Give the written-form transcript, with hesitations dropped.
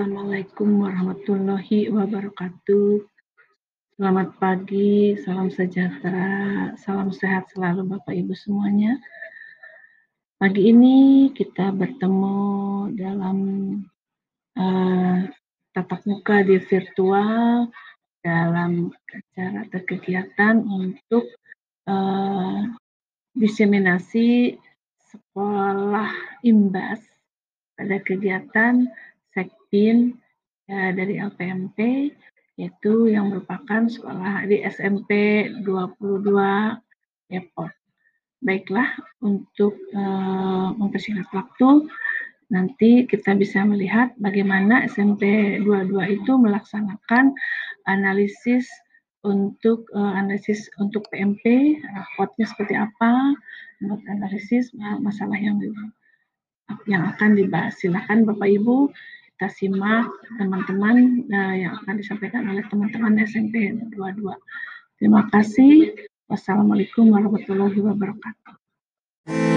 Assalamualaikum warahmatullahi wabarakatuh. Selamat pagi, salam sejahtera, salam sehat selalu Bapak Ibu semuanya. Pagi ini kita bertemu dalam tatap muka di virtual dalam acara atau kegiatan untuk diseminasi sekolah imbas pada kegiatan Sekpin dari LPMP, yaitu yang merupakan sekolah di SMP 22 Depok. Baiklah, untuk mempersingkat waktu, nanti kita bisa melihat bagaimana SMP 22 itu melaksanakan analisis untuk PMP, rapotnya seperti apa, menurut analisis masalah yang akan dibahas. Silakan Bapak Ibu kita simak teman-teman yang akan disampaikan oleh teman-teman SMP 22. Terima kasih. Wassalamualaikum warahmatullahi wabarakatuh.